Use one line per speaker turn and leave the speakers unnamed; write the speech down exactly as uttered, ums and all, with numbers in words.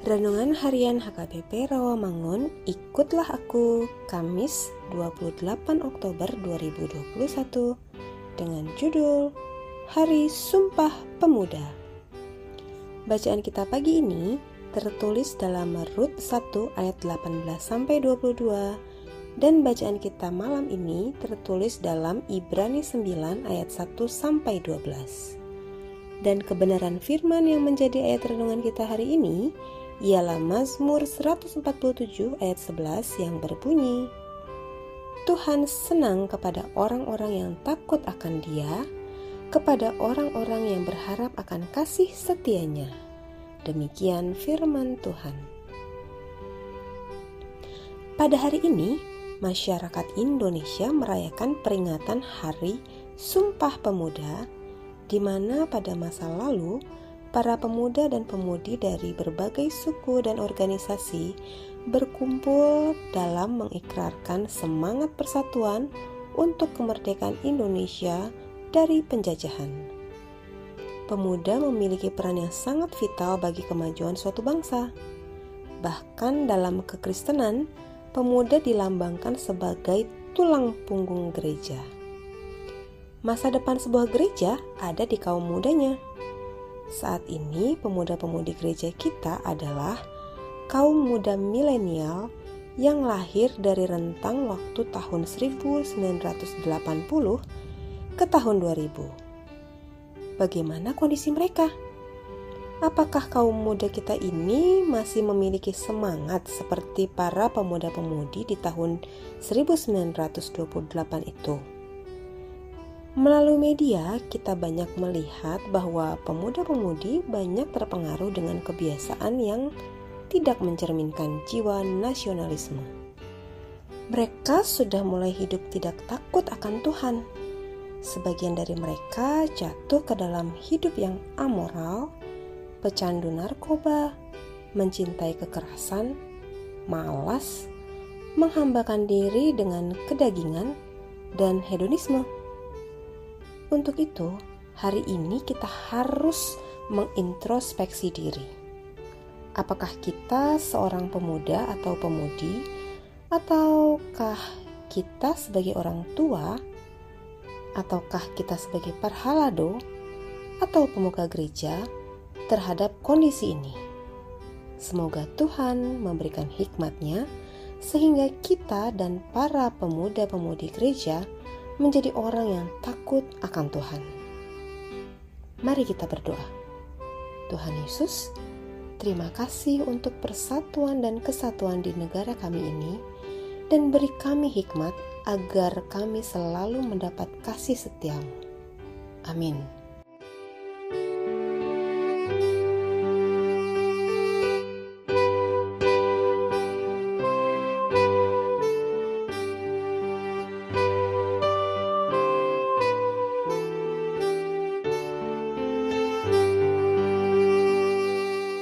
Renungan Harian H K B P Rawamangun, ikutlah aku, Kamis dua puluh delapan Oktober dua ribu dua puluh satu, dengan judul Hari Sumpah Pemuda. Bacaan kita pagi ini tertulis dalam Rut satu ayat delapan belas sampai dua puluh dua, dan bacaan kita malam ini tertulis dalam Ibrani sembilan ayat satu sampai dua belas. Dan kebenaran firman yang menjadi ayat renungan kita hari ini ialah Mazmur seratus empat puluh tujuh ayat sebelas yang berbunyi, Tuhan senang kepada orang-orang yang takut akan Dia, kepada orang-orang yang berharap akan kasih setianya. Demikian firman Tuhan. Pada hari ini, masyarakat Indonesia merayakan peringatan Hari Sumpah Pemuda, di mana pada masa lalu para pemuda dan pemudi dari berbagai suku dan organisasi berkumpul dalam mengikrarkan semangat persatuan untuk kemerdekaan Indonesia dari penjajahan. Pemuda memiliki peran yang sangat vital bagi kemajuan suatu bangsa. Bahkan dalam kekristenan, pemuda dilambangkan sebagai tulang punggung gereja. Masa depan sebuah gereja ada di kaum mudanya. Saat ini pemuda-pemudi gereja kita adalah kaum muda milenial yang lahir dari rentang waktu tahun seribu sembilan ratus delapan puluh ke tahun dua ribu. Bagaimana kondisi mereka? Apakah kaum muda kita ini masih memiliki semangat seperti para pemuda-pemudi di tahun seribu sembilan ratus dua puluh delapan itu? Melalui media, kita banyak melihat bahwa pemuda-pemudi banyak terpengaruh dengan kebiasaan yang tidak mencerminkan jiwa nasionalisme. Mereka sudah mulai hidup tidak takut akan Tuhan. Sebagian dari mereka jatuh ke dalam hidup yang amoral, pecandu narkoba, mencintai kekerasan, malas, menghambakan diri dengan kedagingan, dan hedonisme. Untuk itu, hari ini kita harus mengintrospeksi diri. Apakah kita seorang pemuda atau pemudi, ataukah kita sebagai orang tua, ataukah kita sebagai parhalado atau pemuka gereja terhadap kondisi ini? Semoga Tuhan memberikan hikmat-Nya sehingga kita dan para pemuda-pemudi gereja menjadi orang yang takut akan Tuhan. Mari kita berdoa. Tuhan Yesus, terima kasih untuk persatuan dan kesatuan di negara kami ini, dan beri kami hikmat agar kami selalu mendapat kasih setia-Mu. Amin.